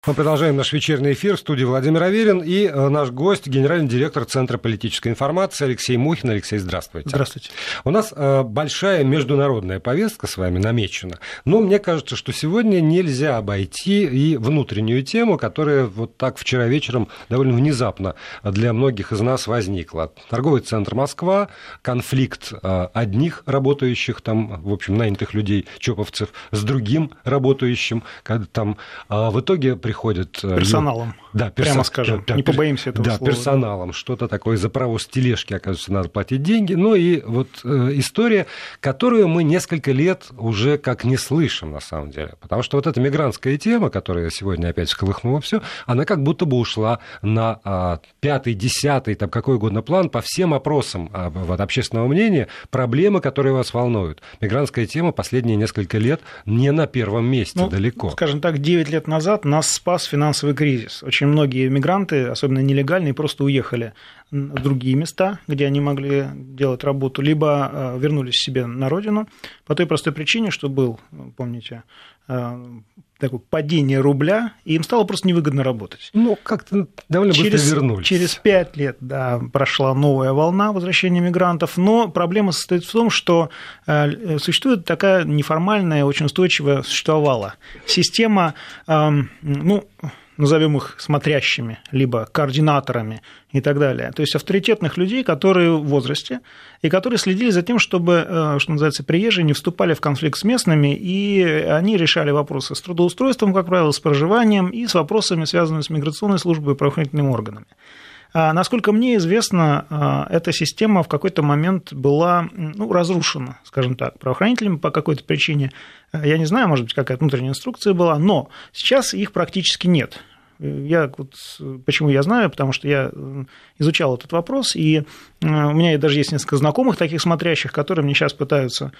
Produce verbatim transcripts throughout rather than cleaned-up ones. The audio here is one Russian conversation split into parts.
Мы продолжаем наш вечерний эфир. В студии Владимир Аверин и наш гость, генеральный директор Центра политической информации Алексей Мухин. Алексей, здравствуйте. Здравствуйте. У нас большая международная повестка с вами намечена, но мне кажется, что сегодня нельзя обойти и внутреннюю тему, которая вот так вчера вечером довольно внезапно для многих из нас возникла. Торговый центр Москва, конфликт одних работающих там, в общем, нанятых людей, чоповцев, с другим работающим, когда там в итоге приходят... Персоналом, да, перс... прямо скажем, да, не побоимся этого да, слова. Персоналом, что-то такое, за провоз тележки, оказывается, надо платить деньги. Ну и вот э, история, которую мы несколько лет уже как не слышим, на самом деле. Потому что вот эта мигрантская тема, которая сегодня опять всколыхнула все, она как будто бы ушла на а, пятый, десятый, там какой угодно план по всем опросам а, вот, общественного мнения, проблемы, которые вас волнуют. Мигрантская тема последние несколько лет не на первом месте, ну, далеко. Скажем так, девять лет назад нас спас финансовый кризис. Очень многие мигранты, особенно нелегальные, просто уехали в другие места, где они могли делать работу, либо вернулись себе на родину по той простой причине, что был, помните, такое падение рубля, и им стало просто невыгодно работать. Ну, как-то довольно через, быстро вернулись. Через пять лет, да, прошла новая волна возвращения мигрантов, но проблема состоит в том, что существует такая неформальная, очень устойчивая существовала система, ну, назовем их смотрящими, либо координаторами и так далее. То есть авторитетных людей, которые в возрасте, и которые следили за тем, чтобы, что называется, приезжие не вступали в конфликт с местными, и они решали вопросы с трудоустройством, как правило, с проживанием и с вопросами, связанными с миграционной службой и правоохранительными органами. Насколько мне известно, эта система в какой-то момент была, ну, разрушена, скажем так, правоохранителями по какой-то причине. Я не знаю, может быть, какая-то внутренняя инструкция была, но сейчас их практически нет. Я, вот, почему я знаю, потому что я изучал этот вопрос, и у меня даже есть несколько знакомых таких смотрящих, которые мне сейчас пытаются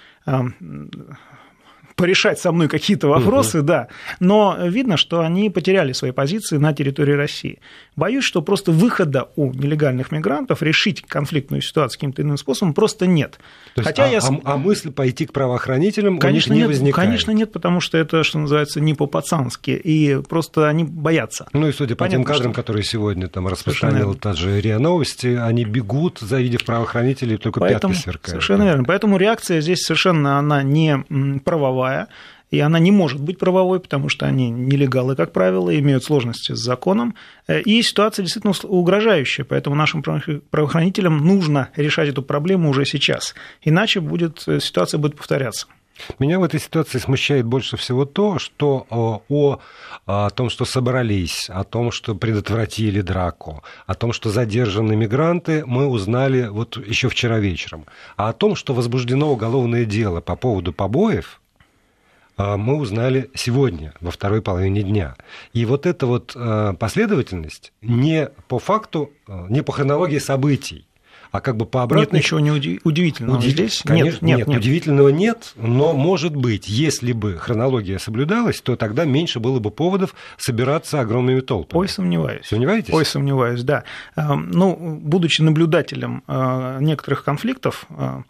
порешать со мной какие-то вопросы, угу. да, но видно, что они потеряли свои позиции на территории России. Боюсь, что просто выхода у нелегальных мигрантов решить конфликтную ситуацию каким-то иным способом просто нет. То есть, Хотя а, я... а, а мысль пойти к правоохранителям конечно, у них не нет, возникает? Конечно нет, потому что это, что называется, не по-пацански, и просто они боятся. Ну и судя по Понятно, тем кадрам, что... которые сегодня там распространила та же РИА Новости, они бегут, завидев правоохранителей, только Поэтому, пятки сверкают. Совершенно верно. Поэтому реакция здесь совершенно она не правовая, и она не может быть правовой, потому что они нелегалы, как правило, имеют сложности с законом, и ситуация действительно угрожающая, поэтому нашим правоохранителям нужно решать эту проблему уже сейчас, иначе будет, ситуация будет повторяться. Меня в этой ситуации смущает больше всего то, что о, о том, что собрались, о том, что предотвратили драку, о том, что задержаны мигранты, мы узнали вот еще вчера вечером. А о том, что возбуждено уголовное дело по поводу побоев, мы узнали сегодня, во второй половине дня. И вот эта вот последовательность не по факту, не по хронологии событий, а как бы по обратной... Нет ничего не удивительного Удив... здесь. Конечно, нет, нет, нет, удивительного нет, но, может быть, если бы хронология соблюдалась, то тогда меньше было бы поводов собираться огромными толпами. Ой, сомневаюсь. Сомневаетесь? Ой, сомневаюсь, да. Ну, будучи наблюдателем некоторых конфликтов,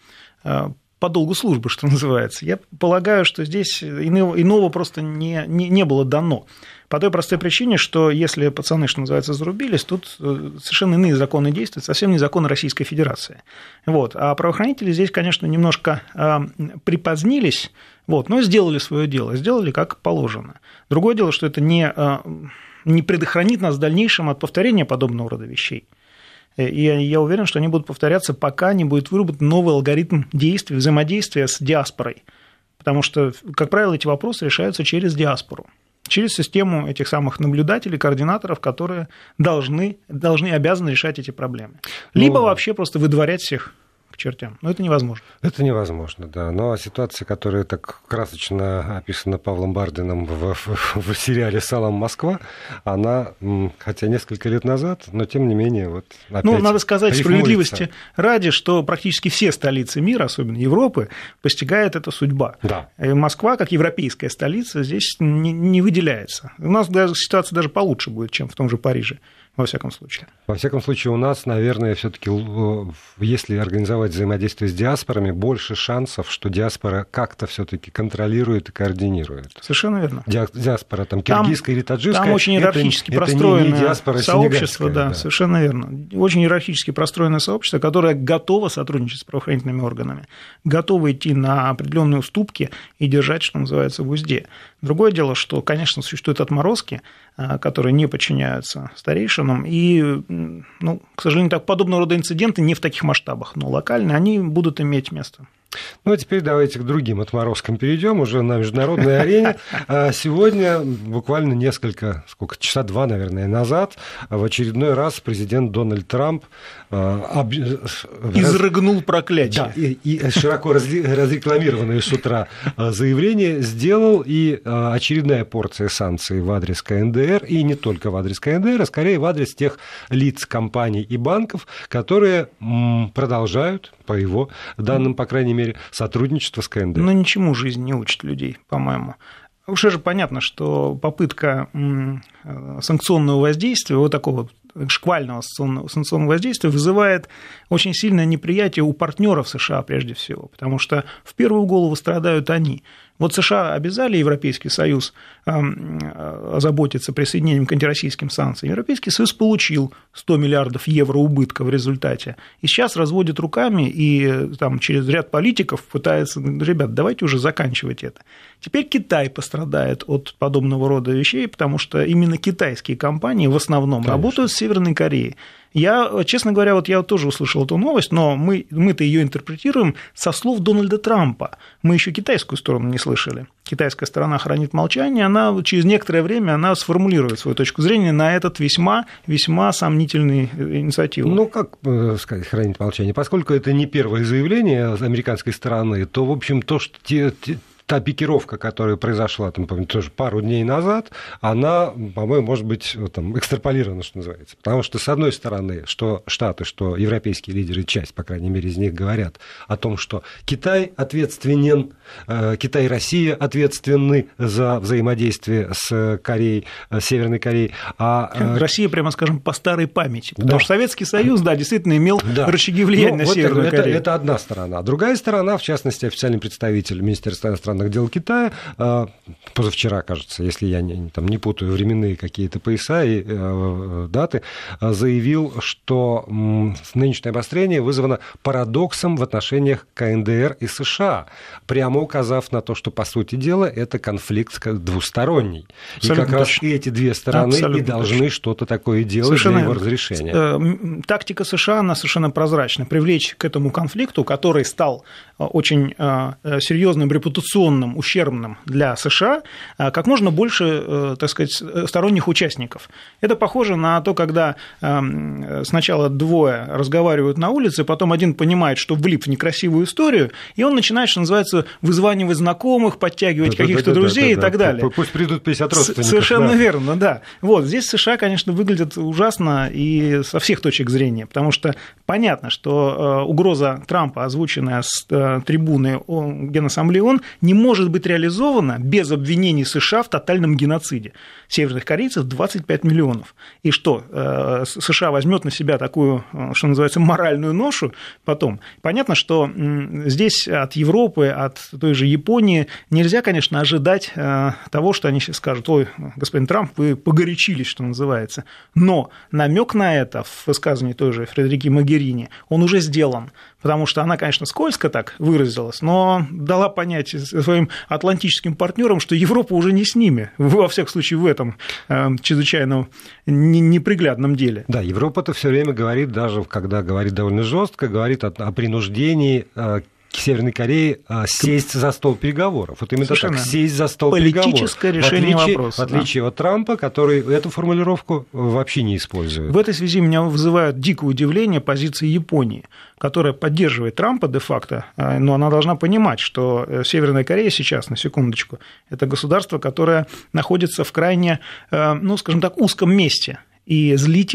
по долгу службы, что называется, я полагаю, что здесь иного, иного просто не, не, не было дано. По той простой причине, что если пацаны, что называется, зарубились, тут совершенно иные законы действуют, совсем не законы Российской Федерации. Вот. А правоохранители здесь, конечно, немножко припозднились, вот, но сделали свое дело, сделали как положено. Другое дело, что это не, не предохранит нас в дальнейшем от повторения подобного рода вещей. И я уверен, что они будут повторяться, пока не будет выработан новый алгоритм действий, взаимодействия с диаспорой. Потому что, как правило, эти вопросы решаются через диаспору, через систему этих самых наблюдателей, координаторов, которые должны, должны обязаны решать эти проблемы. Либо ну... вообще просто выдворять всех к чертям. Но это невозможно. Это невозможно, да. Но ситуация, которая так красочно описана Павлом Бардиным в, в, в сериале «Салам, Москва», она, хотя несколько лет назад, но тем не менее вот опять Ну, надо сказать рифмуется. Справедливости ради, что практически все столицы мира, особенно Европы, постигает эта судьба. Да. И Москва, как европейская столица, здесь не, не выделяется. У нас даже ситуация даже получше будет, чем в том же Париже. Во всяком случае. Во всяком случае, у нас, наверное, все-таки, если организовать налаживать взаимодействие с диаспорами, больше шансов, что диаспора как-то все-таки контролирует и координирует. Совершенно верно. Ди- диаспора там киргизская или таджикская. Там очень иерархически это, простроенное это не, не диаспора сообщество, да, да, совершенно верно. Очень иерархически простроенное сообщество, которое готово сотрудничать с правоохранительными органами, готово идти на определенные уступки и держать, что называется, в узде. Другое дело, что, конечно, существуют отморозки, которые не подчиняются старейшинам, и, ну, к сожалению, так, подобного рода инциденты не в таких масштабах, но локальные, они будут иметь место. Ну, а теперь давайте к другим отморозкам перейдем, уже на международной арене. Сегодня, буквально несколько, сколько, часа два, наверное, назад, в очередной раз президент Дональд Трамп об... изрыгнул проклятие. Да, и, и широко разрекламированное с утра заявление сделал, и очередная порция санкций в адрес ка эн дэ эр, и не только в адрес ка эн дэ эр, а скорее в адрес тех лиц, компаний и банков, которые продолжают, по его данным, по крайней мере, сотрудничество с ка эн дэ эр. Но ничему жизнь не учит людей, по-моему. Уже же понятно, что попытка санкционного воздействия, вот такого шквального санкционного воздействия, вызывает очень сильное неприятие у партнеров США прежде всего, потому что в первую голову страдают они. Вот США обязали Европейский Союз озаботиться присоединением к антироссийским санкциям. Европейский Союз получил сто миллиардов евро убытка в результате. И сейчас разводит руками и там, через ряд политиков пытается, ребят, давайте уже заканчивать это. Теперь Китай пострадает от подобного рода вещей, потому что именно китайские компании в основном Конечно. работают с Северной Кореей. Я, честно говоря, вот я тоже услышал эту новость, но мы, мы-то ее интерпретируем со слов Дональда Трампа. Мы еще китайскую сторону не слышали. Китайская сторона хранит молчание, она через некоторое время она сформулирует свою точку зрения на этот весьма, весьма сомнительный инициативу. Ну, как сказать, хранить молчание? Поскольку это не первое заявление американской стороны, то, в общем, то, что те... те... Та пикировка, которая произошла там, тоже пару дней назад, она, по-моему, может быть там, экстраполирована, что называется. Потому что, с одной стороны, что Штаты, что европейские лидеры, часть, по крайней мере, из них говорят о том, что Китай ответственен, Китай и Россия ответственны за взаимодействие с Кореей, с Северной Кореей. А... Россия, прямо скажем, по старой памяти. Потому да. что Советский Союз, да, действительно имел да. рычаги влияния ну, на вот Северную это, Корею. Это, это одна сторона. А другая сторона, в частности, официальный представитель Министерства иностранных дел Китая, позавчера, кажется, если я не, там, не путаю временные какие-то пояса и э, даты, заявил, что нынешнее обострение вызвано парадоксом в отношениях ка эн дэ эр и США, прямо указав на то, что, по сути дела, это конфликт двусторонний. Абсолютно и как точно. Раз эти две стороны Абсолютно и должны точно. Что-то такое делать совершенно для его разрешения. Тактика США, она совершенно прозрачна. Привлечь к этому конфликту, который стал очень серьезным репутационным, ущербным для США, как можно больше, так сказать, сторонних участников. Это похоже на то, когда сначала двое разговаривают на улице, потом один понимает, что влип в некрасивую историю, и он начинает, что называется, вызванивать знакомых, подтягивать да, каких-то да, друзей да, да, и так да. далее. Пусть придут пятьдесят родственников. Совершенно да. верно, да. Вот, здесь США, конечно, выглядят ужасно и со всех точек зрения, потому что понятно, что угроза Трампа, озвученная с трибуны Генассамблеи ООН, не может быть реализована без обвинений США в тотальном геноциде северных корейцев двадцать пять миллионов. И что, США возьмет на себя такую, что называется, моральную ношу потом? Понятно, что здесь от Европы, от той же Японии нельзя, конечно, ожидать того, что они сейчас скажут: ой, господин Трамп, вы погорячились, что называется. Но намек на это в высказывании той же Фредерики Могерини, он уже сделан. Потому что она, конечно, скользко так выразилась, но дала понять своим атлантическим партнерам, что Европа уже не с ними, во всяком случае, в этом чрезвычайно неприглядном деле. Да, Европа-то все время говорит, даже когда говорит довольно жестко, говорит о, о принуждении Северной Кореи сесть за стол переговоров. Вот именно Совершенно. так, сесть за стол переговоров. Политическое решение в отличие, вопроса. В отличие да. от Трампа, который эту формулировку вообще не использует. В этой связи меня вызывает дикое удивление позиции Японии, которая поддерживает Трампа де-факто, но она должна понимать, что Северная Корея сейчас, на секундочку, это государство, которое находится в крайне, ну, скажем так, узком месте. И злить его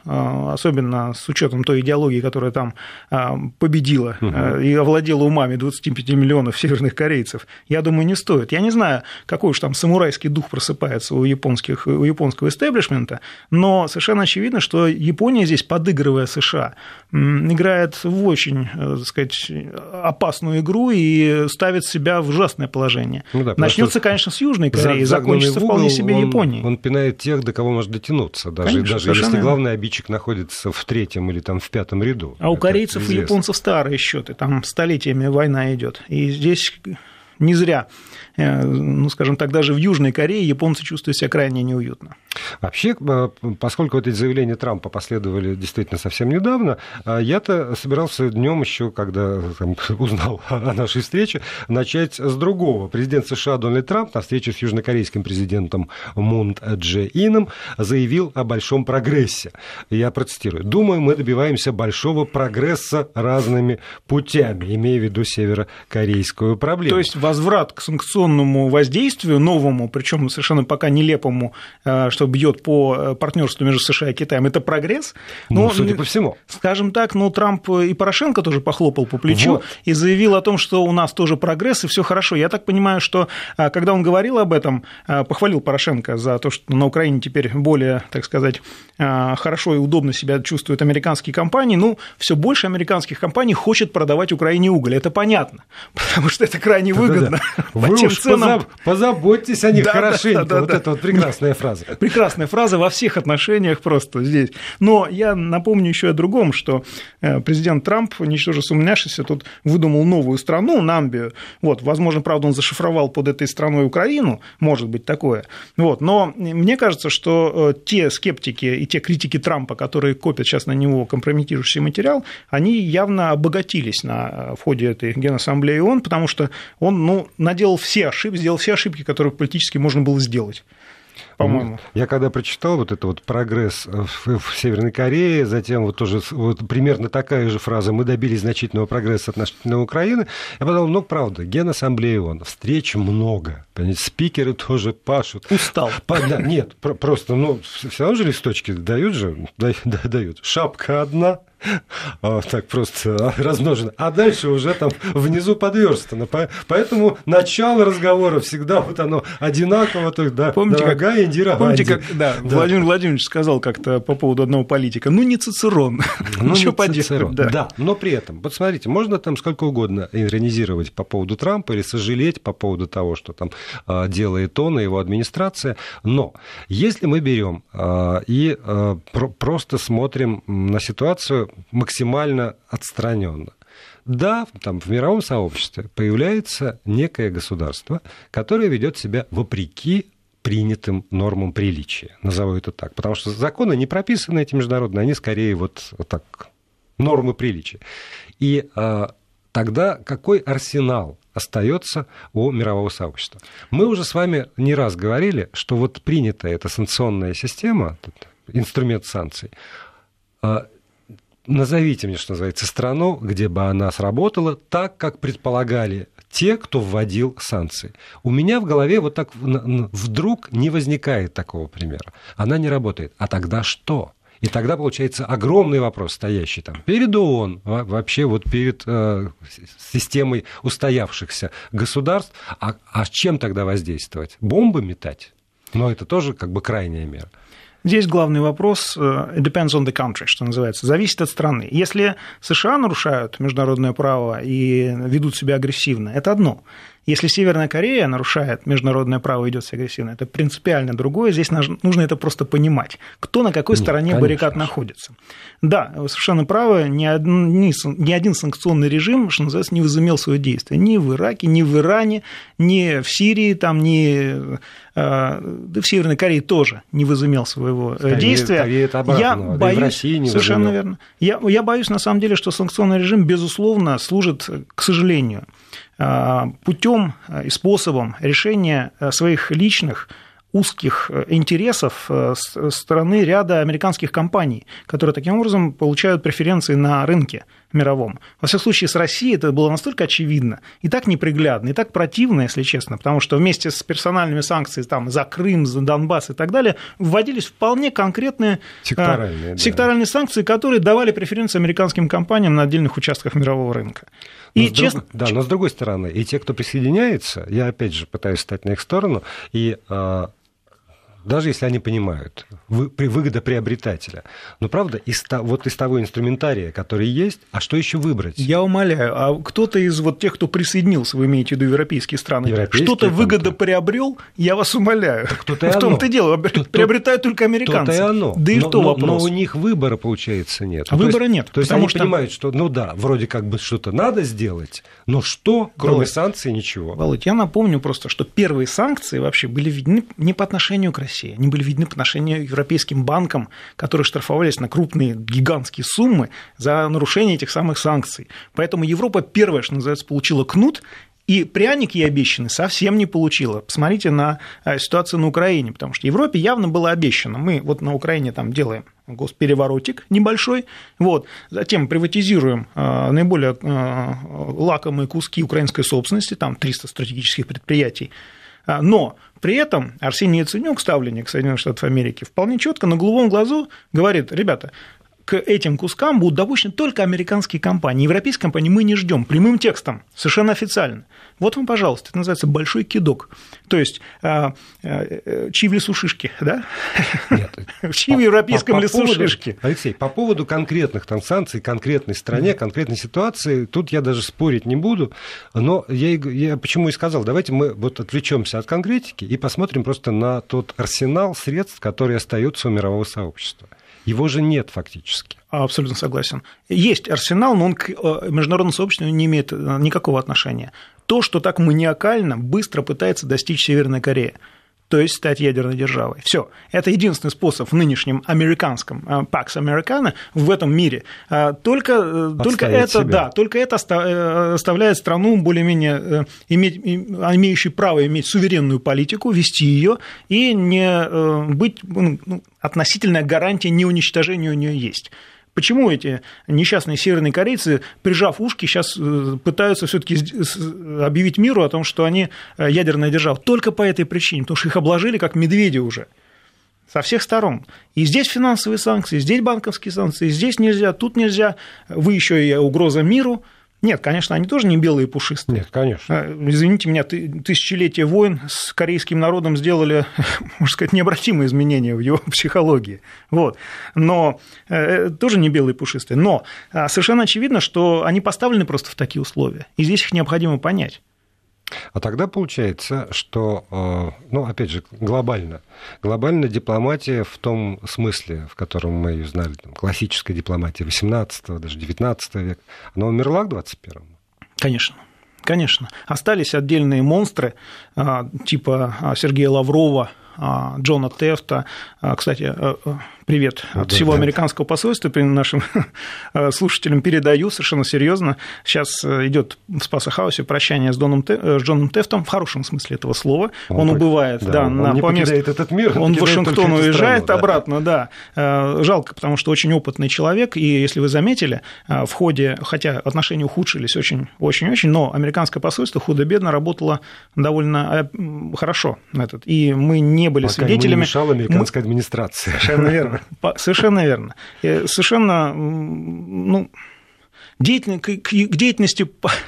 особенно с учетом той идеологии, которая там победила угу. и овладела умами двадцати пяти миллионов северных корейцев, я думаю, не стоит. Я не знаю, какой уж там самурайский дух просыпается у, японских, у японского истеблишмента, но совершенно очевидно, что Япония здесь, подыгрывая США, играет в очень, так сказать, опасную игру и ставит себя в ужасное положение. Ну да, начнется, конечно, с Южной Кореи, закончится вполне себе он, Японией. Он пинает тех, до кого может дотянуться, даже, конечно, даже если главный обидчик находится в третьем или там в пятом ряду. А у корейцев и японцев старые счеты, там столетиями война идет. И здесь не зря, ну, скажем так, даже в Южной Корее японцы чувствуют себя крайне неуютно. Вообще, поскольку вот эти заявления Трампа последовали действительно совсем недавно, я-то собирался днем еще, когда там, узнал о нашей встрече, начать с другого. Президент США Дональд Трамп на встрече с южнокорейским президентом Мун Дже Ином заявил о большом прогрессе. Я процитирую. «Думаю, мы добиваемся большого прогресса разными путями», имея в виду северокорейскую проблему. То есть возврат к санкционному воздействию новому, причем совершенно пока нелепому, что бьет по партнерству между США и Китаем, это прогресс. Но, ну, судя по всему. Скажем так, ну, Трамп и Порошенко тоже похлопал по плечу вот. И заявил о том, что у нас тоже прогресс, и все хорошо. Я так понимаю, что когда он говорил об этом, похвалил Порошенко за то, что на Украине теперь более, так сказать, хорошо и удобно себя чувствуют американские компании, ну, все больше американских компаний хочет продавать Украине уголь. Это понятно, потому что это крайне выгодно. Да-да-да. Вы уж ценам... позаботьтесь о них да, хорошенько. Да, да, да, вот да. Это вот прекрасная фраза. Прекрасная фраза во всех отношениях просто здесь. Но я напомню еще о другом, что президент Трамп, ничтоже сумняшися, тут выдумал новую страну, Намбию. Вот, возможно, правда, он зашифровал под этой страной Украину, может быть такое. Вот, но мне кажется, что те скептики и те критики Трампа, которые копят сейчас на него компрометирующий материал, они явно обогатились на в ходе этой Генассамблеи ООН, потому что он, ну, наделал все ошибки, сделал все ошибки, которые политически можно было сделать. По-моему. Я когда прочитал вот это вот прогресс в, в Северной Корее, затем вот тоже вот примерно такая же фраза «мы добились значительного прогресса относительно Украины», я подумал, ну, правда, Генассамблея ООН, встреч много, понимаете, спикеры тоже пашут. Устал. По, да, нет, просто, ну, все равно же листочки дают же, дают. Шапка одна, так просто размножено, а дальше уже там внизу подверстано. Поэтому начало разговора всегда вот оно одинаково, то есть, да, помните, дорогая как, Индира помните, Ганди. Как да, да. Владимир Владимирович сказал как-то по поводу одного политика, ну, не Цицерон, ну, что поделать. Да. да, но при этом, вот смотрите, можно там сколько угодно иронизировать по поводу Трампа или сожалеть по поводу того, что там делает он и его администрация, но если мы берем и просто смотрим на ситуацию максимально отстраненно. Да, там в мировом сообществе появляется некое государство, которое ведет себя вопреки принятым нормам приличия, назову это так, потому что законы не прописаны эти международные, они скорее вот, вот так, нормы приличия. И а, тогда какой арсенал остается у мирового сообщества? Мы уже с вами не раз говорили, что вот принятая эта санкционная система, инструмент санкций, а, назовите мне, что называется, страну, где бы она сработала так, как предполагали те, кто вводил санкции. У меня в голове вот так вдруг не возникает такого примера. Она не работает. А тогда что? И тогда получается огромный вопрос, стоящий там перед ООН, вообще вот перед э, системой устоявшихся государств. А, а чем тогда воздействовать? Бомбы метать? Но это тоже как бы крайняя мера. Здесь главный вопрос, it depends on the country, что называется, зависит от страны. Если США нарушают международное право и ведут себя агрессивно, это одно. Если Северная Корея нарушает международное право и ведет себя агрессивно, это принципиально другое. Здесь нужно это просто понимать, кто на какой стороне Нет, баррикад находится. Да, вы совершенно правы, ни один, ни один санкционный режим, что называется, не возымел свое действие. Ни в Ираке, ни в Иране, ни в Сирии, там, ни да в Северной Корее тоже не возымел своего Скорее, действия. Это обратно, я да боюсь, и в России не совершенно возымел. Верно. Я, я боюсь, на самом деле, что санкционный режим, безусловно, служит, к сожалению, путем и способом решения своих личных, узких интересов со стороны ряда американских компаний, которые таким образом получают преференции на рынке мировом. Во всяком случае, с Россией это было настолько очевидно, и так неприглядно, и так противно, если честно, потому что вместе с персональными санкциями там, за Крым, за Донбасс и так далее вводились вполне конкретные секторальные, секторальные да. санкции, которые давали преференции американским компаниям на отдельных участках мирового рынка. И но честно... друг... Да, но с другой стороны, и те, кто присоединяется, я опять же пытаюсь встать на их сторону, и даже если они понимают выгодоприобретателя. Но правда, из, вот из того инструментария, который есть, а что еще выбрать? Я умоляю, а кто-то из вот тех, кто присоединился, вы имеете в виду европейские страны, европейские что-то выгодоприобрел, я вас умоляю. Кто-то и в том-то и дело, приобретают только американцы. То-то и оно. Да и но, в том но, вопрос. Но у них выбора, получается, нет. А выбора есть, нет. То есть они что... понимают, что, ну да, вроде как бы что-то надо сделать, но что, кроме Володь, санкций, ничего. Володь, я напомню просто, что первые санкции вообще были введены не по отношению к России, они были введены по отношению к европейским банкам, которые штрафовались на крупные гигантские суммы за нарушение этих самых санкций. Поэтому Европа первая, что называется, получила кнут, и пряник ей обещанный совсем не получила. Посмотрите на ситуацию на Украине, потому что Европе явно было обещано. Мы вот на Украине там делаем госпереворотик небольшой, вот, затем приватизируем наиболее лакомые куски украинской собственности, там триста стратегических предприятий. Но при этом Арсений Яценюк, ставленник Соединенных Штатов Америки, вполне четко на голубом глазу говорит: ребята, к этим кускам будут допущены только американские компании. Европейские компании мы не ждем, прямым текстом, совершенно официально. Вот вам, пожалуйста, это называется большой кидок. То есть чьи в лесу шишки, да? Нет. Чьи в европейском по, по лесу поводу, шишки? Алексей, по поводу конкретных там санкций, конкретной стране, конкретной ситуации, тут я даже спорить не буду, но я, я почему и сказал, давайте мы вот отвлечемся от конкретики и посмотрим просто на тот арсенал средств, который остается у мирового сообщества. Его же нет фактически. Абсолютно согласен. Есть арсенал, но он к международному сообществу не имеет никакого отношения. То, что так маниакально быстро пытается достичь Северная Корея, то есть стать ядерной державой. Все. Это единственный способ в нынешнем американском Pax Americana в этом мире. Только, только, это, да, только это оставляет страну более-менее иметь, имеющей право иметь суверенную политику, вести ее и не быть, ну, относительная гарантия неуничтожения у нее есть. Почему эти несчастные северные корейцы, прижав ушки, сейчас пытаются все-таки объявить миру о том, что они ядерная держава? Только по этой причине, потому что их обложили как медведи уже со всех сторон. И здесь финансовые санкции, здесь банковские санкции, здесь нельзя, тут нельзя, вы еще и угроза миру. Нет, конечно, они тоже не белые и пушистые. Нет, конечно. Извините меня, тысячелетия войн с корейским народом сделали, можно сказать, необратимые изменения в его психологии. Вот. Но тоже не белые и пушистые. Но совершенно очевидно, что они поставлены просто в такие условия. И здесь их необходимо понять. А тогда получается, что, ну, опять же, глобально, глобальная дипломатия в том смысле, в котором мы ее знали, там, классическая дипломатия восемнадцатого, даже девятнадцатого века, она умерла к двадцать первому? Конечно. Конечно. Остались отдельные монстры типа Сергея Лаврова, Джона Тефта. Кстати, привет от да, всего да. американского посольства нашим слушателям передаю совершенно серьезно. Сейчас идет в Спасо-хаусе прощание с, Доном, с Джоном Тефтом в хорошем смысле этого слова. Он, он убывает, да, да, он на, не по месту, этот мир, он, он в Вашингтон уезжает страну, обратно, да. да. Жалко, потому что очень опытный человек, и если вы заметили, в ходе, хотя отношения ухудшились очень-очень-очень, но американское посольство худо-бедно работало довольно хорошо. Этот, и мы не были Пока свидетелями. Не мешала американская администрация. Совершенно верно. Совершенно верно. Совершенно, ну, деятель... к деятельности,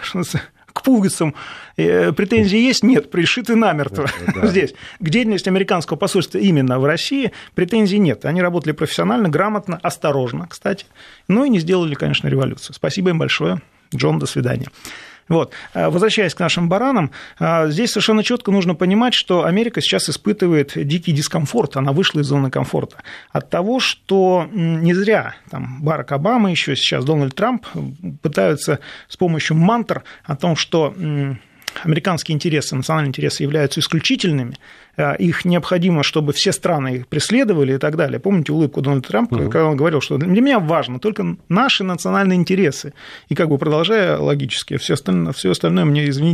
к пуговицам претензий есть? Нет, пришиты намертво. Да, да. Здесь. К деятельности американского посольства именно в России претензий нет. Они работали профессионально, грамотно, осторожно, кстати. Ну и не сделали, конечно, революцию. Спасибо им большое. Джон, до свидания. Вот. Возвращаясь к нашим баранам, здесь совершенно четко нужно понимать, что Америка сейчас испытывает дикий дискомфорт, она вышла из зоны комфорта от того, что не зря там, Барак Обама, еще сейчас Дональд Трамп пытаются с помощью мантр о том, что американские интересы, национальные интересы являются исключительными, их необходимо, чтобы все страны их преследовали и так далее. Помните улыбку Дональда Трампа, mm-hmm. когда он говорил, что для меня важно только наши национальные интересы. И как бы продолжая логически, все остальное, все остальное мне, извините,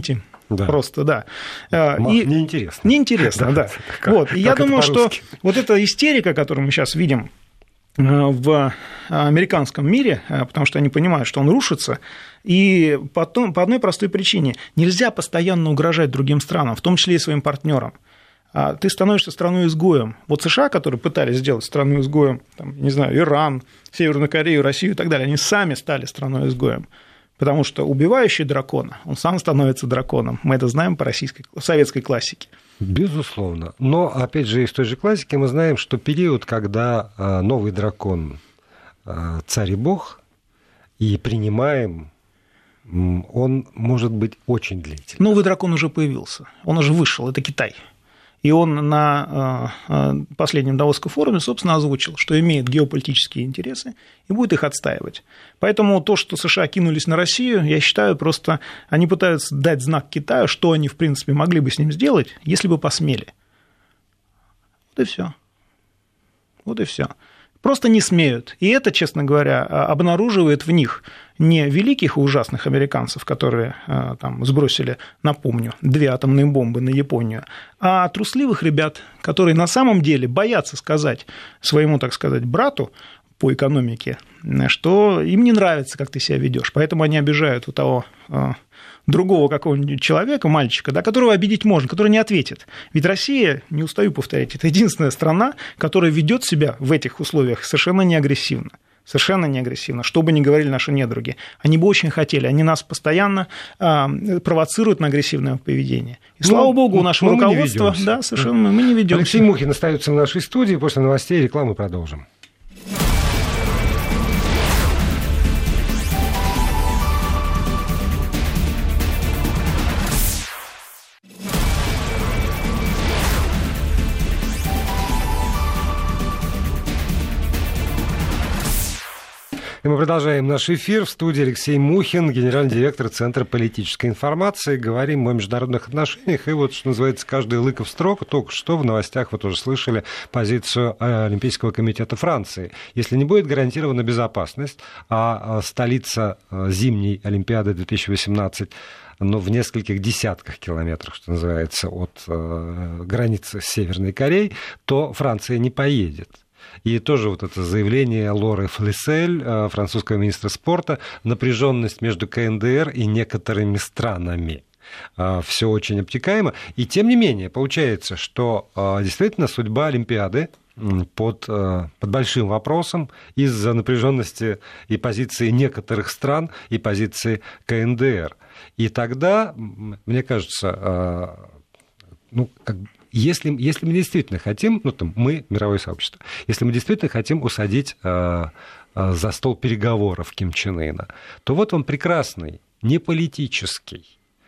Да. Просто, да. И... Неинтересно. Неинтересно, да. да. Вот. И я думаю, что вот эта истерика, которую мы сейчас видим в американском мире, потому что они понимают, что он рушится, и потом, по одной простой причине. Нельзя постоянно угрожать другим странам, в том числе и своим партнерам. Ты становишься страной-изгоем. Вот США, которые пытались сделать страной-изгоем, там, не знаю, Иран, Северную Корею, Россию и так далее, они сами стали страной-изгоем. Потому что убивающий дракона, он сам становится драконом. Мы это знаем по российской, советской классике. Безусловно. Но, опять же, из той же классики мы знаем, что период, когда новый дракон царь и бог, и принимаем, он может быть очень длительным. Новый дракон уже появился, он уже вышел, это Китай. И он на последнем Давосском форуме, собственно, озвучил, что имеет геополитические интересы и будет их отстаивать. Поэтому то, что США кинулись на Россию, я считаю, просто они пытаются дать знак Китаю, что они, в принципе, могли бы с ним сделать, если бы посмели. Вот и все. Вот и все. Просто не смеют. И это, честно говоря, обнаруживает в них не великих и ужасных американцев, которые там сбросили, напомню, две атомные бомбы на Японию, а трусливых ребят, которые на самом деле боятся сказать своему, так сказать, брату по экономике, что им не нравится, как ты себя ведешь. Поэтому они обижают у того другого какого-нибудь человека, мальчика, да, которого обидеть можно, который не ответит. Ведь Россия, не устаю повторять, это единственная страна, которая ведет себя в этих условиях совершенно не агрессивно. Совершенно не агрессивно, что бы ни говорили наши недруги. Они бы очень хотели, они нас постоянно а, провоцируют на агрессивное поведение. И, слава ну, богу, у нашего руководства, да, совершенно мы не ведем. Алексей Мухин остается в нашей студии, после новостей и рекламы продолжим. И мы продолжаем наш эфир. В студии Алексей Мухин, генеральный директор Центра политической информации. Говорим о международных отношениях. И вот, что называется, каждый лыков строк. Только что в новостях вы тоже слышали позицию Олимпийского комитета Франции. Если не будет гарантирована безопасность, а столица зимней Олимпиады две тысячи восемнадцать но в нескольких десятках километрах, что называется, от границы с Северной Кореей, то Франция не поедет. И тоже вот это заявление Лоры Флессель, французского министра спорта, напряженность между ка эн дэ эр и некоторыми странами. Все очень обтекаемо. И тем не менее, получается, что действительно судьба Олимпиады под, под большим вопросом из-за напряженности и позиции некоторых стран, и позиции ка эн дэ эр. И тогда, мне кажется, ну, как бы, Если, если мы действительно хотим, ну, там, мы, мировое сообщество, если мы действительно хотим усадить э, э, за стол переговоров Ким Чен Ына, то вот он прекрасный, не политический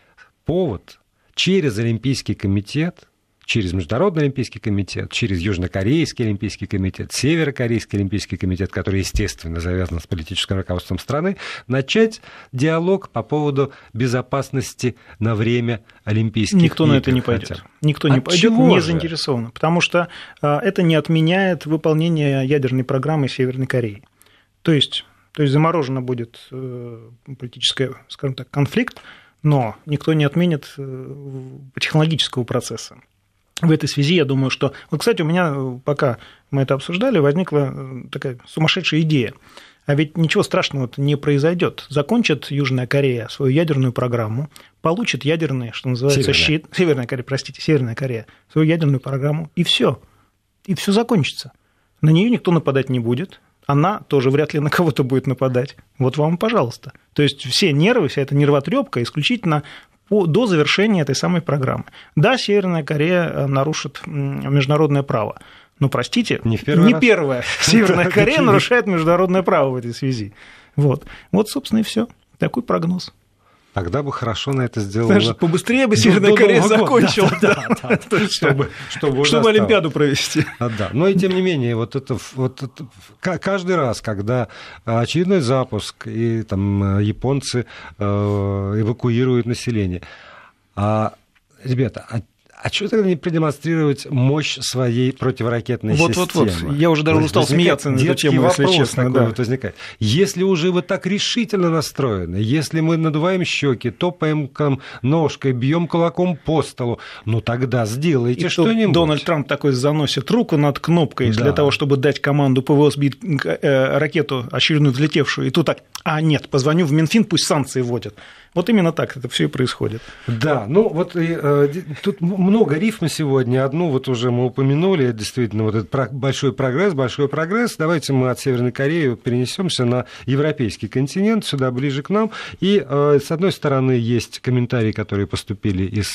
повод через Олимпийский комитет, через Международный Олимпийский комитет, через Южнокорейский Олимпийский комитет, Северокорейский Олимпийский комитет, который, естественно, завязан с политическим руководством страны, начать диалог по поводу безопасности на время Олимпийских Никто игр. на это не пойдет. Хотя. Никто не пойдет, не заинтересован, потому что это не отменяет выполнение ядерной программы Северной Кореи. То есть, то есть заморожено будет политический, скажем так, конфликт, но никто не отменит технологического процесса. В этой связи я думаю, что... Вот, кстати, у меня, пока мы это обсуждали, возникла такая сумасшедшая идея. А ведь ничего страшного не произойдет. Закончит Южная Корея свою ядерную программу, получит ядерный, что называется, Северная. щит... Северная Корея, простите, Северная Корея, свою ядерную программу, и все. И все закончится. На нее никто нападать не будет. Она тоже вряд ли на кого-то будет нападать. Вот вам, пожалуйста. То есть все нервы, вся эта нервотрепка исключительно до завершения этой самой программы. Да, Северная Корея нарушит международное право. Но, простите, не, не первая Северная Корея нарушает международное право в этой связи. Вот, вот собственно, и все. Такой прогноз. Тогда бы хорошо на это сделано. Значит, побыстрее бы Северная Корея закончила. Да, да, да, да. Чтобы, чтобы, чтобы Олимпиаду провести. Да. Но и тем не менее, вот это, вот это, каждый раз, когда очередной запуск, и там японцы эвакуируют население, а, ребята, А что тогда не продемонстрировать мощь своей противоракетной вот, системы? Вот-вот, вот. Я уже даже устал смеяться на эту тему, если честно. Да. Вот возникает. Если уже вы так решительно настроены, если мы надуваем щеки, топаем ножкой, бьем кулаком по столу, ну тогда сделайте и что-нибудь. Дональд Трамп такой заносит руку над кнопкой да. для того, чтобы дать команду ПВО сбить э, ракету, очередную взлетевшую, и тут так, а нет, позвоню в Минфин, пусть санкции вводят. Вот именно так это все и происходит. Да, ну вот э, тут много рифм сегодня. Одну вот уже мы упомянули, действительно, вот этот большой прогресс, большой прогресс. Давайте мы от Северной Кореи перенесемся на европейский континент, сюда ближе к нам. И э, с одной стороны есть комментарии, которые поступили из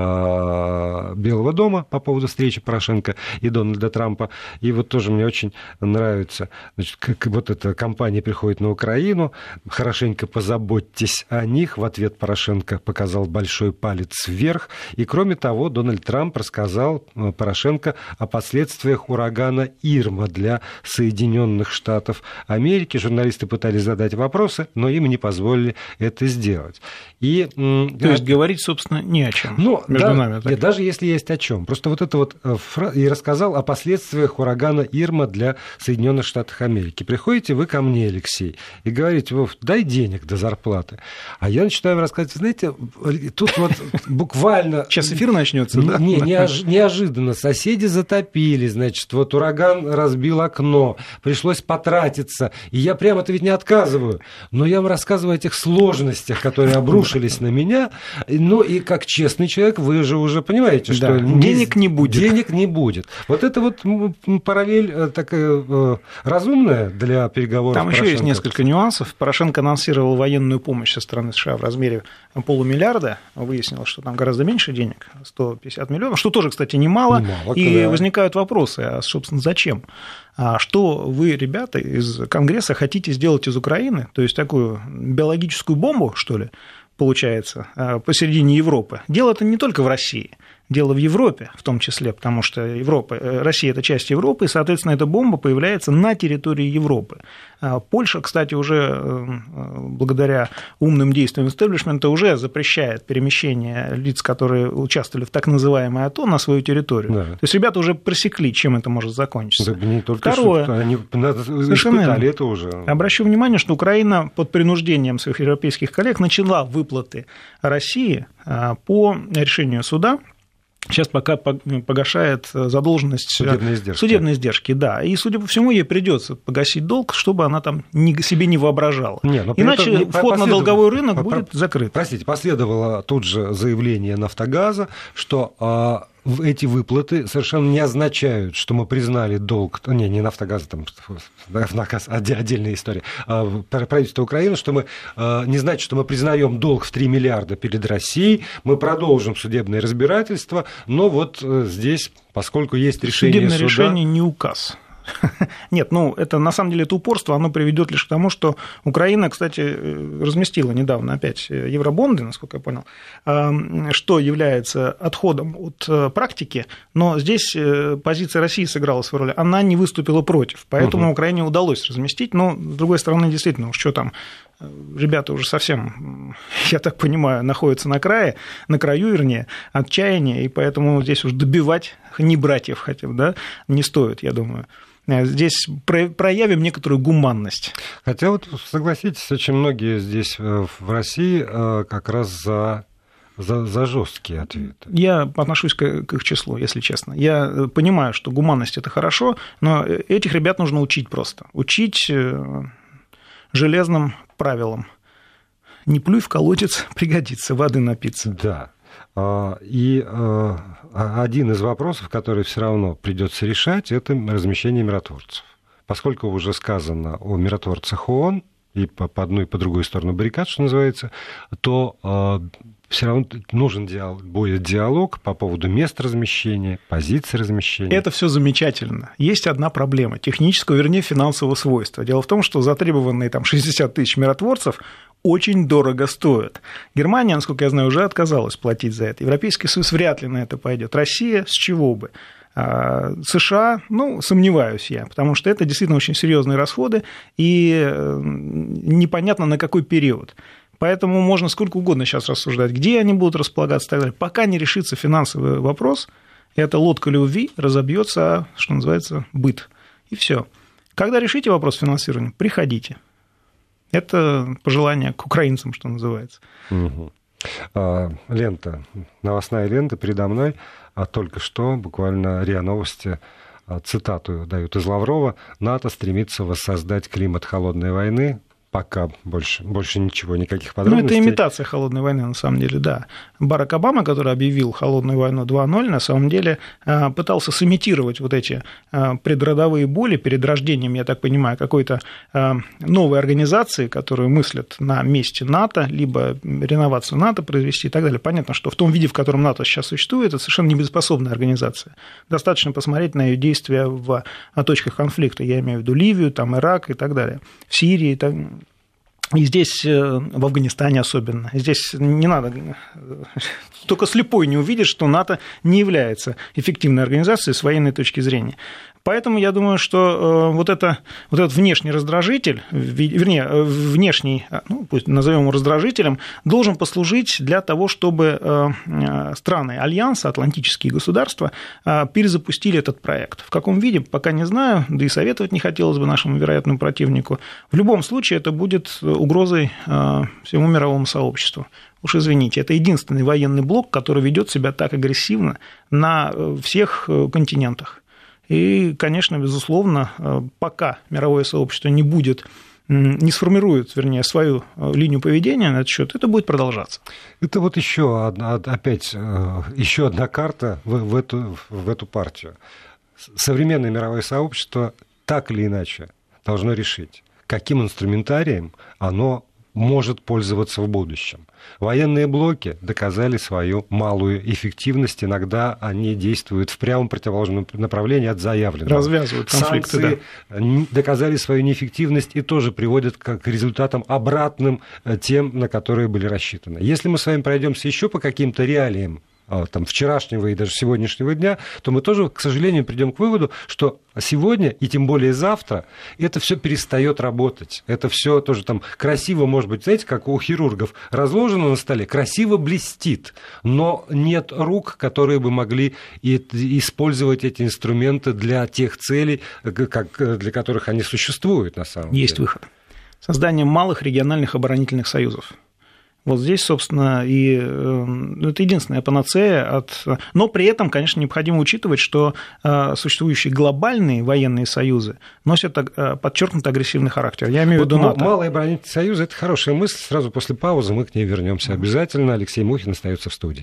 э, Белого дома по поводу встречи Порошенко и Дональда Трампа. И вот тоже мне очень нравится, значит, как вот эта компания приходит на Украину, хорошенько позаботьтесь о них. В ответ Порошенко показал большой палец вверх. И, кроме того, Дональд Трамп рассказал Порошенко о последствиях урагана Ирма для Соединенных Штатов Америки. Журналисты пытались задать вопросы, но им не позволили это сделать. И, То есть говорить, собственно, не о чем ну, между да, нами. Нет, даже если есть о чем. Просто вот это вот и рассказал о последствиях урагана Ирма для Соединенных Штатов Америки. Приходите вы ко мне, Алексей, и говорите: Вов, дай денег до зарплаты. А я начинаю рассказывать, знаете, тут вот буквально... Сейчас эфир начнется, да? Не, неож... неожиданно соседи затопили, значит, вот ураган разбил окно, пришлось потратиться, и я прямо это ведь не отказываю, но я вам рассказываю о этих сложностях, которые обрушились на меня, ну и как честный человек, вы же уже понимаете, что... Да, денег не будет. Денег не будет. Вот это вот параллель такая разумная для переговоров. Там еще есть несколько нюансов. Порошенко анонсировал военную помощь со стороны США в размере полумиллиарда. Выяснилось, что там гораздо меньше денег, сто пятьдесят миллионов, что тоже, кстати, немало. немало и да. возникают вопросы, а, собственно, зачем? А что вы, ребята, из Конгресса хотите сделать из Украины? То есть такую биологическую бомбу, что ли, получается, посередине Европы? Дело-то не только в России. Дело в Европе в том числе, потому что Европа, Россия – это часть Европы, и, соответственно, эта бомба появляется на территории Европы. Польша, кстати, уже благодаря умным действиям истеблишмента уже запрещает перемещение лиц, которые участвовали в так называемой АТО, на свою территорию. Да. То есть ребята уже просекли, чем это может закончиться. Да, не только Второе. Что, они испытали это уже. Обращу внимание, что Украина под принуждением своих европейских коллег начала выплаты России по решению суда. Сейчас пока погашает задолженность... Судебные издержки. Судебные издержки, да. И, судя по всему, ей придется погасить долг, чтобы она там себе не воображала. Не, Иначе это, вход послед... на долговой рынок по... будет закрыт. Простите, последовало тут же заявление «Нафтогаза», что... эти выплаты совершенно не означают, что мы признали долг, не, не «Нафтогаз», там, «Нафтогаз», отдельная история, а правительство Украины, что мы, не значит, что мы признаем долг в три миллиарда перед Россией, мы продолжим судебное разбирательство, но вот здесь, поскольку есть решение Судебное суда... решение не указ. Нет, ну, это на самом деле это упорство, оно приведет лишь к тому, что Украина, кстати, разместила недавно опять евробонды, насколько я понял, что является отходом от практики, но здесь позиция России сыграла свою роль, она не выступила против, поэтому угу. Украине удалось разместить, но, с другой стороны, действительно, что там, ребята уже совсем, я так понимаю, находятся на крае, на краю, вернее, отчаяния, и поэтому здесь уж добивать не братьев хотя бы, да, не стоит, я думаю. Здесь проявим некоторую гуманность. Хотя вот, согласитесь, очень многие здесь в России как раз за, за, за жесткие ответы. Я отношусь к, к их числу, если честно. Я понимаю, что гуманность – это хорошо, но этих ребят нужно учить просто. Учить железным правилам. Не плюй в колодец, пригодится воды напиться. Да. И один из вопросов, который все равно придется решать, это размещение миротворцев. Поскольку уже сказано о миротворцах ООН, и по одну и по другую сторону баррикад, что называется, то все равно нужен диалог, будет диалог по поводу мест размещения, позиций размещения. Это все замечательно. Есть одна проблема технического, вернее, финансового свойства. Дело в том, что затребованные там шестьдесят тысяч миротворцев очень дорого стоят. Германия, насколько я знаю, уже отказалась платить за это. Европейский Союз вряд ли на это пойдет. Россия с чего бы? США, ну, сомневаюсь я, потому что это действительно очень серьезные расходы, и непонятно на какой период. Поэтому можно сколько угодно сейчас рассуждать, где они будут располагаться и так далее. Пока не решится финансовый вопрос, эта лодка любви разобьется, что называется, быт. И все. Когда решите вопрос финансирования, приходите. Это пожелание к украинцам, что называется. Угу. А, лента, новостная лента передо мной, а только что буквально РИА Новости цитату дают из Лаврова: «НАТО стремится воссоздать климат холодной войны». Пока больше, больше ничего, никаких подробностей. Ну, это имитация холодной войны, на самом деле, да. Барак Обама, который объявил холодную войну два ноль, на самом деле пытался сымитировать вот эти предродовые боли перед рождением, я так понимаю, какой-то новой организации, которую мыслят на месте НАТО, либо реновацию НАТО произвести и так далее. Понятно, что в том виде, в котором НАТО сейчас существует, это совершенно небеспособная организация. Достаточно посмотреть на ее действия в точках конфликта, я имею в виду Ливию, там, Ирак и так далее, в Сирии и так далее. И здесь, в Афганистане особенно, здесь не надо, только слепой не увидит, что НАТО не является эффективной организацией с военной точки зрения. Поэтому я думаю, что вот, это, вот этот внешний раздражитель, вернее, внешний, ну, пусть назовем его раздражителем, должен послужить для того, чтобы страны Альянса, атлантические государства, перезапустили этот проект. В каком виде, пока не знаю, да и советовать не хотелось бы нашему вероятному противнику. В любом случае, это будет угрозой всему мировому сообществу. Уж извините, это единственный военный блок, который ведет себя так агрессивно на всех континентах. И, конечно, безусловно, пока мировое сообщество не будет, не сформирует, вернее, свою линию поведения на этот счет, это будет продолжаться. Это вот еще одна, опять еще одна карта в, в, эту, в эту партию. Современное мировое сообщество так или иначе должно решить, каким инструментарием оно может пользоваться в будущем. Военные блоки доказали свою малую эффективность. Иногда они действуют в прямом противоположном направлении от заявленного. Развязывают конфликты. Санкции да. доказали свою неэффективность и тоже приводят к результатам обратным тем, на которые были рассчитаны. Если мы с вами пройдемся еще по каким-то реалиям там, вчерашнего и даже сегодняшнего дня, то мы тоже, к сожалению, придем к выводу, что сегодня и тем более завтра это все перестает работать. Это все тоже там красиво, может быть, знаете, как у хирургов, разложено на столе, красиво блестит, но нет рук, которые бы могли использовать эти инструменты для тех целей, как, для которых они существуют на самом деле. Есть выход. Создание малых региональных оборонительных союзов. Вот здесь, собственно, и это единственная панацея. От... Но при этом, конечно, необходимо учитывать, что существующие глобальные военные союзы носят подчеркнуто агрессивный характер. Я имею в виду вот НАТО. Малые оборонительные союзы – это хорошая мысль. Сразу после паузы мы к ней вернемся обязательно. Алексей Мухин остается в студии.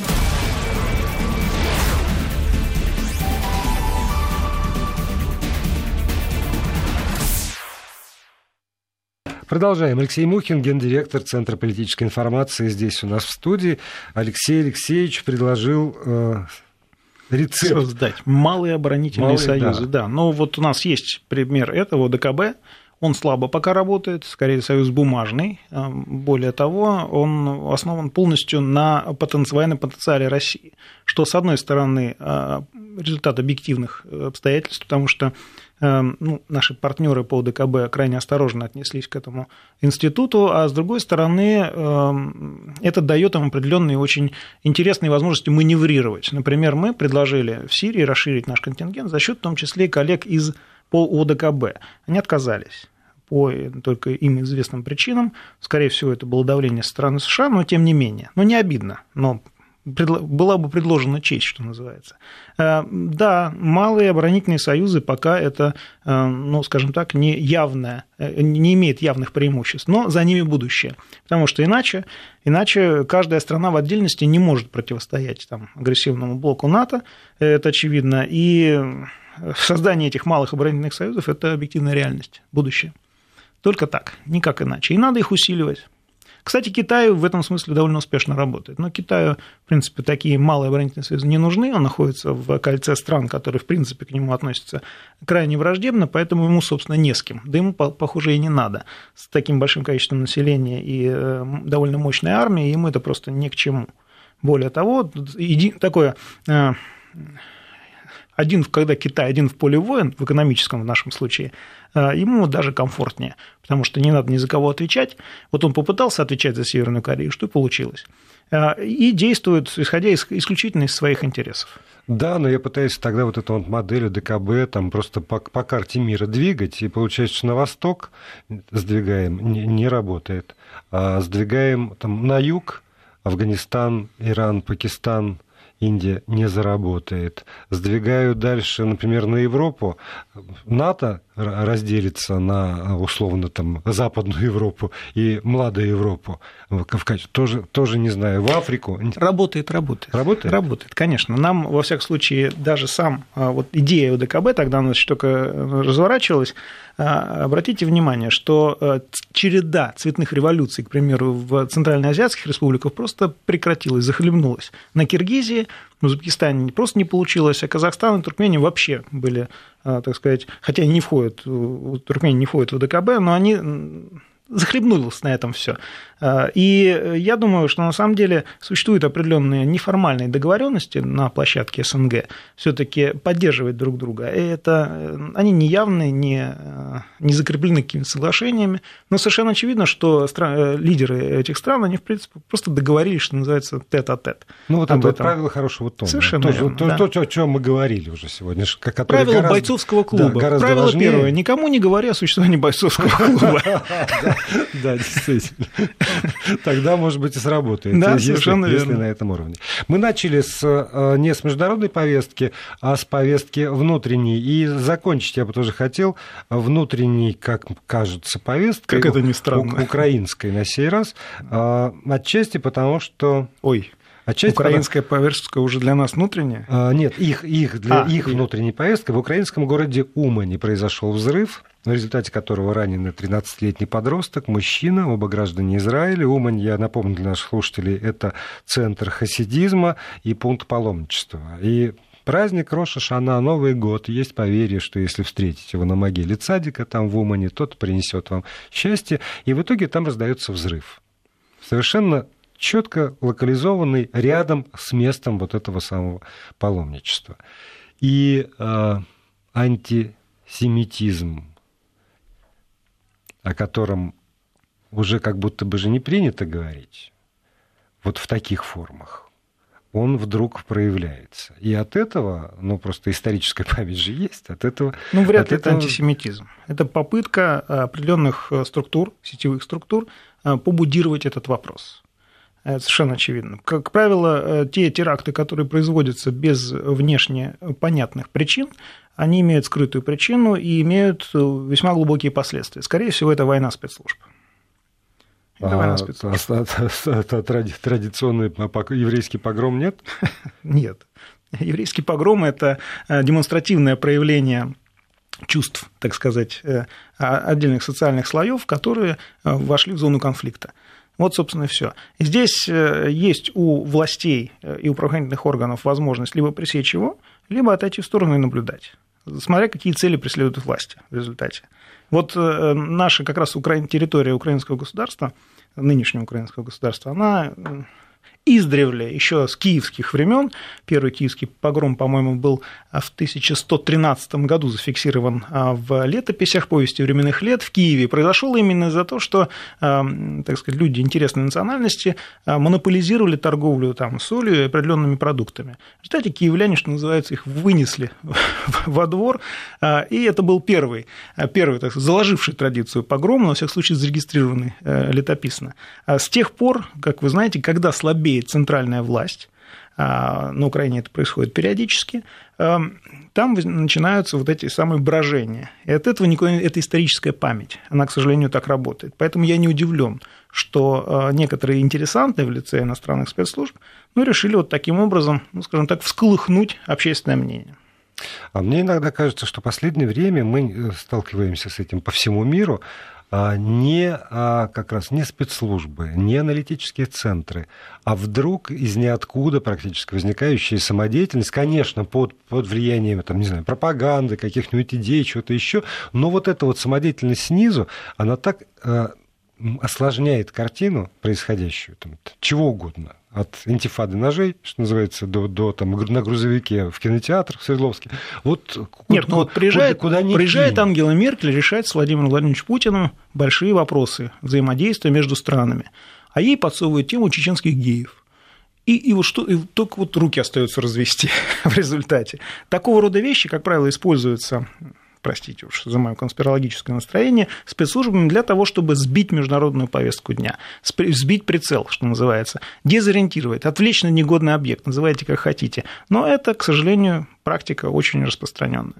Продолжаем. Алексей Мухин, гендиректор Центра политической информации, здесь у нас в студии. Алексей Алексеевич предложил э, рецепт. Создать малые оборонительные Малые, союзы. Да. Да. Но вот у нас есть пример этого, ДКБ. Он слабо пока работает, скорее союз бумажный. Более того, он основан полностью на военном потенциале России, что, с одной стороны, результат объективных обстоятельств, потому что ну, наши партнеры по ДКБ крайне осторожно отнеслись к этому институту, а с другой стороны, это дает им определенные очень интересные возможности маневрировать. Например, мы предложили в Сирии расширить наш контингент за счет, в том числе, коллег из по ОДКБ. Они отказались по только им известным причинам. Скорее всего, это было давление со стороны США, но тем не менее. Ну, не обидно, но была бы предложена честь, что называется. Да, малые оборонительные союзы пока это, ну, скажем так, не явное, не имеет явных преимуществ, но за ними будущее. Потому что иначе, иначе каждая страна в отдельности не может противостоять там, агрессивному блоку НАТО, это очевидно, и создание этих малых оборонительных союзов – это объективная реальность, будущее. Только так, никак иначе. И надо их усиливать. Кстати, Китай в этом смысле довольно успешно работает. Но Китаю, в принципе, такие малые оборонительные союзы не нужны. Он находится в кольце стран, которые, в принципе, к нему относятся крайне враждебно, поэтому ему, собственно, не с кем. Да ему, похоже, и не надо. С таким большим количеством населения и довольно мощной армией ему это просто ни к чему. Более того, такое один, когда Китай один в поле воин, в экономическом в нашем случае, ему даже комфортнее, потому что не надо ни за кого отвечать. Вот он попытался отвечать за Северную Корею, что и получилось. И действует, исходя исключительно из своих интересов. Да, но я пытаюсь тогда вот эту вот модель ДКБ там просто по, по карте мира двигать, и получается, что на восток сдвигаем, не, не работает, а сдвигаем там на юг, Афганистан, Иран, Пакистан, Индия не заработает. Сдвигаю дальше, например, на Европу. НАТО разделится на, условно, там, Западную Европу и Младую Европу. Тоже, тоже не знаю. В Африку. Работает, работает. Работает? Работает, конечно. Нам, во всяком случае, даже сам, вот идея ОДКБ, тогда она еще только разворачивалась, обратите внимание, что череда цветных революций, к примеру, в центральноазиатских республиках просто прекратилась, захлебнулась. На Киргизии, в Узбекистане просто не получилось, а Казахстан и Туркмения вообще были, так сказать, хотя они не входят, Туркмения не входит в ОДКБ, но они захлебнулось на этом все. И я думаю, что на самом деле существуют определенные неформальные договоренности на площадке СНГ все-таки поддерживать друг друга. И это, они не явные, не, не закреплены какими-то соглашениями, но совершенно очевидно, что стран, лидеры этих стран, они, в принципе, просто договорились, что называется, тет-а-тет. Ну, вот это вот правило хорошего тона. Совершенно то, верно, то, да. то, то, о чем мы говорили уже сегодня. Правило гораздо, бойцовского клуба. Да, правило важнее. Первое. Никому не говори о существовании бойцовского клуба. Да, действительно. Тогда, может быть, и сработает, да, если, если верно. на этом уровне. Мы начали с, не с международной повестки, а с повестки внутренней. И закончить я бы тоже хотел внутренней, как кажется, повесткой. Как это ни странно. Украинской на сей раз. Отчасти потому, что... Ой. Отчасти украинская потому... повестка уже для нас внутренняя? А, нет, их, их, для а, их и... внутренней повестки. В украинском городе Умани произошел взрыв, в результате которого ранен тринадцатилетний подросток, мужчина, оба граждане Израиля. Умань, я напомню для наших слушателей, это центр хасидизма и пункт паломничества. И праздник Рош ха-Шана, Новый год. Есть поверье, что если встретите его на могиле цадика там в Умане, тот принесет вам счастье. И в итоге там раздается взрыв. Совершенно четко локализованный рядом с местом вот этого самого паломничества. И э, антисемитизм, о котором уже как будто бы же не принято говорить, вот в таких формах, он вдруг проявляется. И от этого, ну, просто историческая память же есть, от этого... Ну, вряд ли этого... это антисемитизм. Это попытка определенных структур, сетевых структур, побудировать этот вопрос. Это совершенно очевидно. Как правило, те теракты, которые производятся без внешне понятных причин, они имеют скрытую причину и имеют весьма глубокие последствия. Скорее всего, это война спецслужб. Это а, война спецслужб. А, а, традиционный еврейский погром нет? Нет. Еврейский погром – это демонстративное проявление чувств, так сказать, отдельных социальных слоев, которые вошли в зону конфликта. Вот, собственно, и все. Здесь есть у властей и у правоохранительных органов возможность либо пресечь его, либо отойти в сторону и наблюдать, смотря какие цели преследуют власти в результате. Вот наша как раз Укра... территория украинского государства, нынешнего украинского государства, она издревле, еще с киевских времен, первый киевский погром, по-моему, был в тысяча сто тринадцатом году зафиксирован в летописях повести временных лет в Киеве, произошел именно из-за того, что, так сказать, люди интересной национальности монополизировали торговлю там, солью и определенными продуктами. В результате киевляне, что называется, их вынесли во двор, и это был первый, первый так сказать, заложивший традицию погрома, но, во всяком случае, зарегистрированный летописно. С тех пор, как вы знаете, когда слабеет центральная власть, на Украине это происходит периодически, там начинаются вот эти самые брожения. И от этого никуда... это историческая память. Она, к сожалению, так работает. Поэтому я не удивлен, что некоторые интересанты в лице иностранных спецслужб ну, решили вот таким образом, ну, скажем так, всколыхнуть общественное мнение. А мне иногда кажется, что в последнее время мы сталкиваемся с этим по всему миру, не как раз не спецслужбы, не аналитические центры, а вдруг из ниоткуда практически возникающая самодеятельность, конечно, под, под влиянием там, не знаю, пропаганды, каких-нибудь идей, чего-то еще, но вот эта вот самодеятельность снизу, она так осложняет картину происходящую, там, чего угодно. От интифады ножей, что называется, до, до там, на грузовике в кинотеатр в Свердловске. Вот, Нет, ну вот приезжает, куда, куда приезжает Ангела Меркель решать с Владимиром Владимировичем Путиным большие вопросы взаимодействия между странами. А ей подсовывают тему чеченских геев. И, и вот что, и только вот руки остаются развести в результате. Такого рода вещи, как правило, используются, простите уж за мое конспирологическое настроение, спецслужбами для того, чтобы сбить международную повестку дня, сбить прицел, что называется, дезориентировать, отвлечь на негодный объект, называйте как хотите. Но это, к сожалению, практика очень распространенная.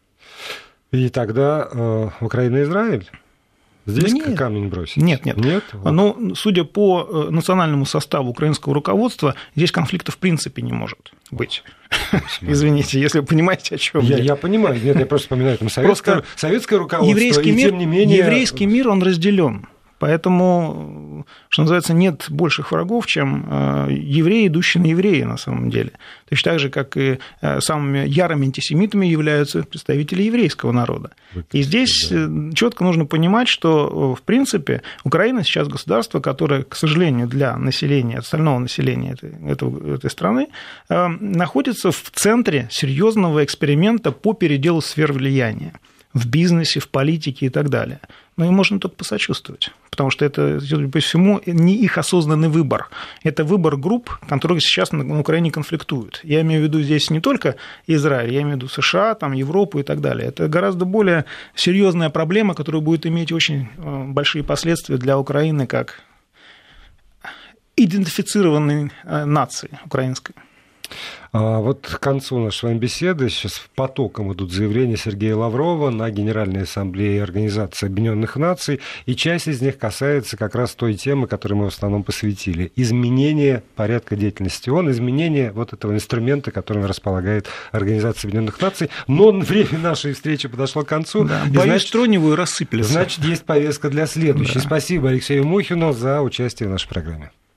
И тогда э, Украина и Израиль? Здесь да камень бросить? Нет, нет. нет? Но, судя по национальному составу украинского руководства, здесь конфликта в принципе не может быть. Извините, если вы понимаете, о чем я. Я, я понимаю, нет, я просто вспоминаю, там советское, советское руководство, еврейский и мир, тем не менее... Еврейский мир, он разделен. Поэтому, что называется, нет больших врагов, чем евреи, идущие на евреи, на самом деле. Точно так же, как и самыми ярыми антисемитами являются представители еврейского народа. И здесь да. четко нужно понимать, что, в принципе, Украина сейчас государство, которое, к сожалению, для населения, остального населения этой, этого, этой страны, находится в центре серьезного эксперимента по переделу сфер влияния. В бизнесе, в политике и так далее. Но им можно только посочувствовать, потому что это, по всему, не их осознанный выбор. Это выбор групп, которые сейчас на Украине конфликтуют. Я имею в виду здесь не только Израиль, я имею в виду США, там, Европу и так далее. Это гораздо более серьезная проблема, которая будет иметь очень большие последствия для Украины как идентифицированной нации украинской. Вот к концу нашей с вами беседы сейчас потоком идут заявления Сергея Лаврова на Генеральной Ассамблее Организации Объединенных Наций, и часть из них касается как раз той темы, которой мы в основном посвятили. Изменение порядка деятельности ООН, изменение вот этого инструмента, которым располагает Организация Объединенных Наций. Но время нашей встречи подошло к концу. Да, боюсь, значит, троневую рассыпались. Значит, есть повестка для следующей. Да. Спасибо Алексею Мухину за участие в нашей программе.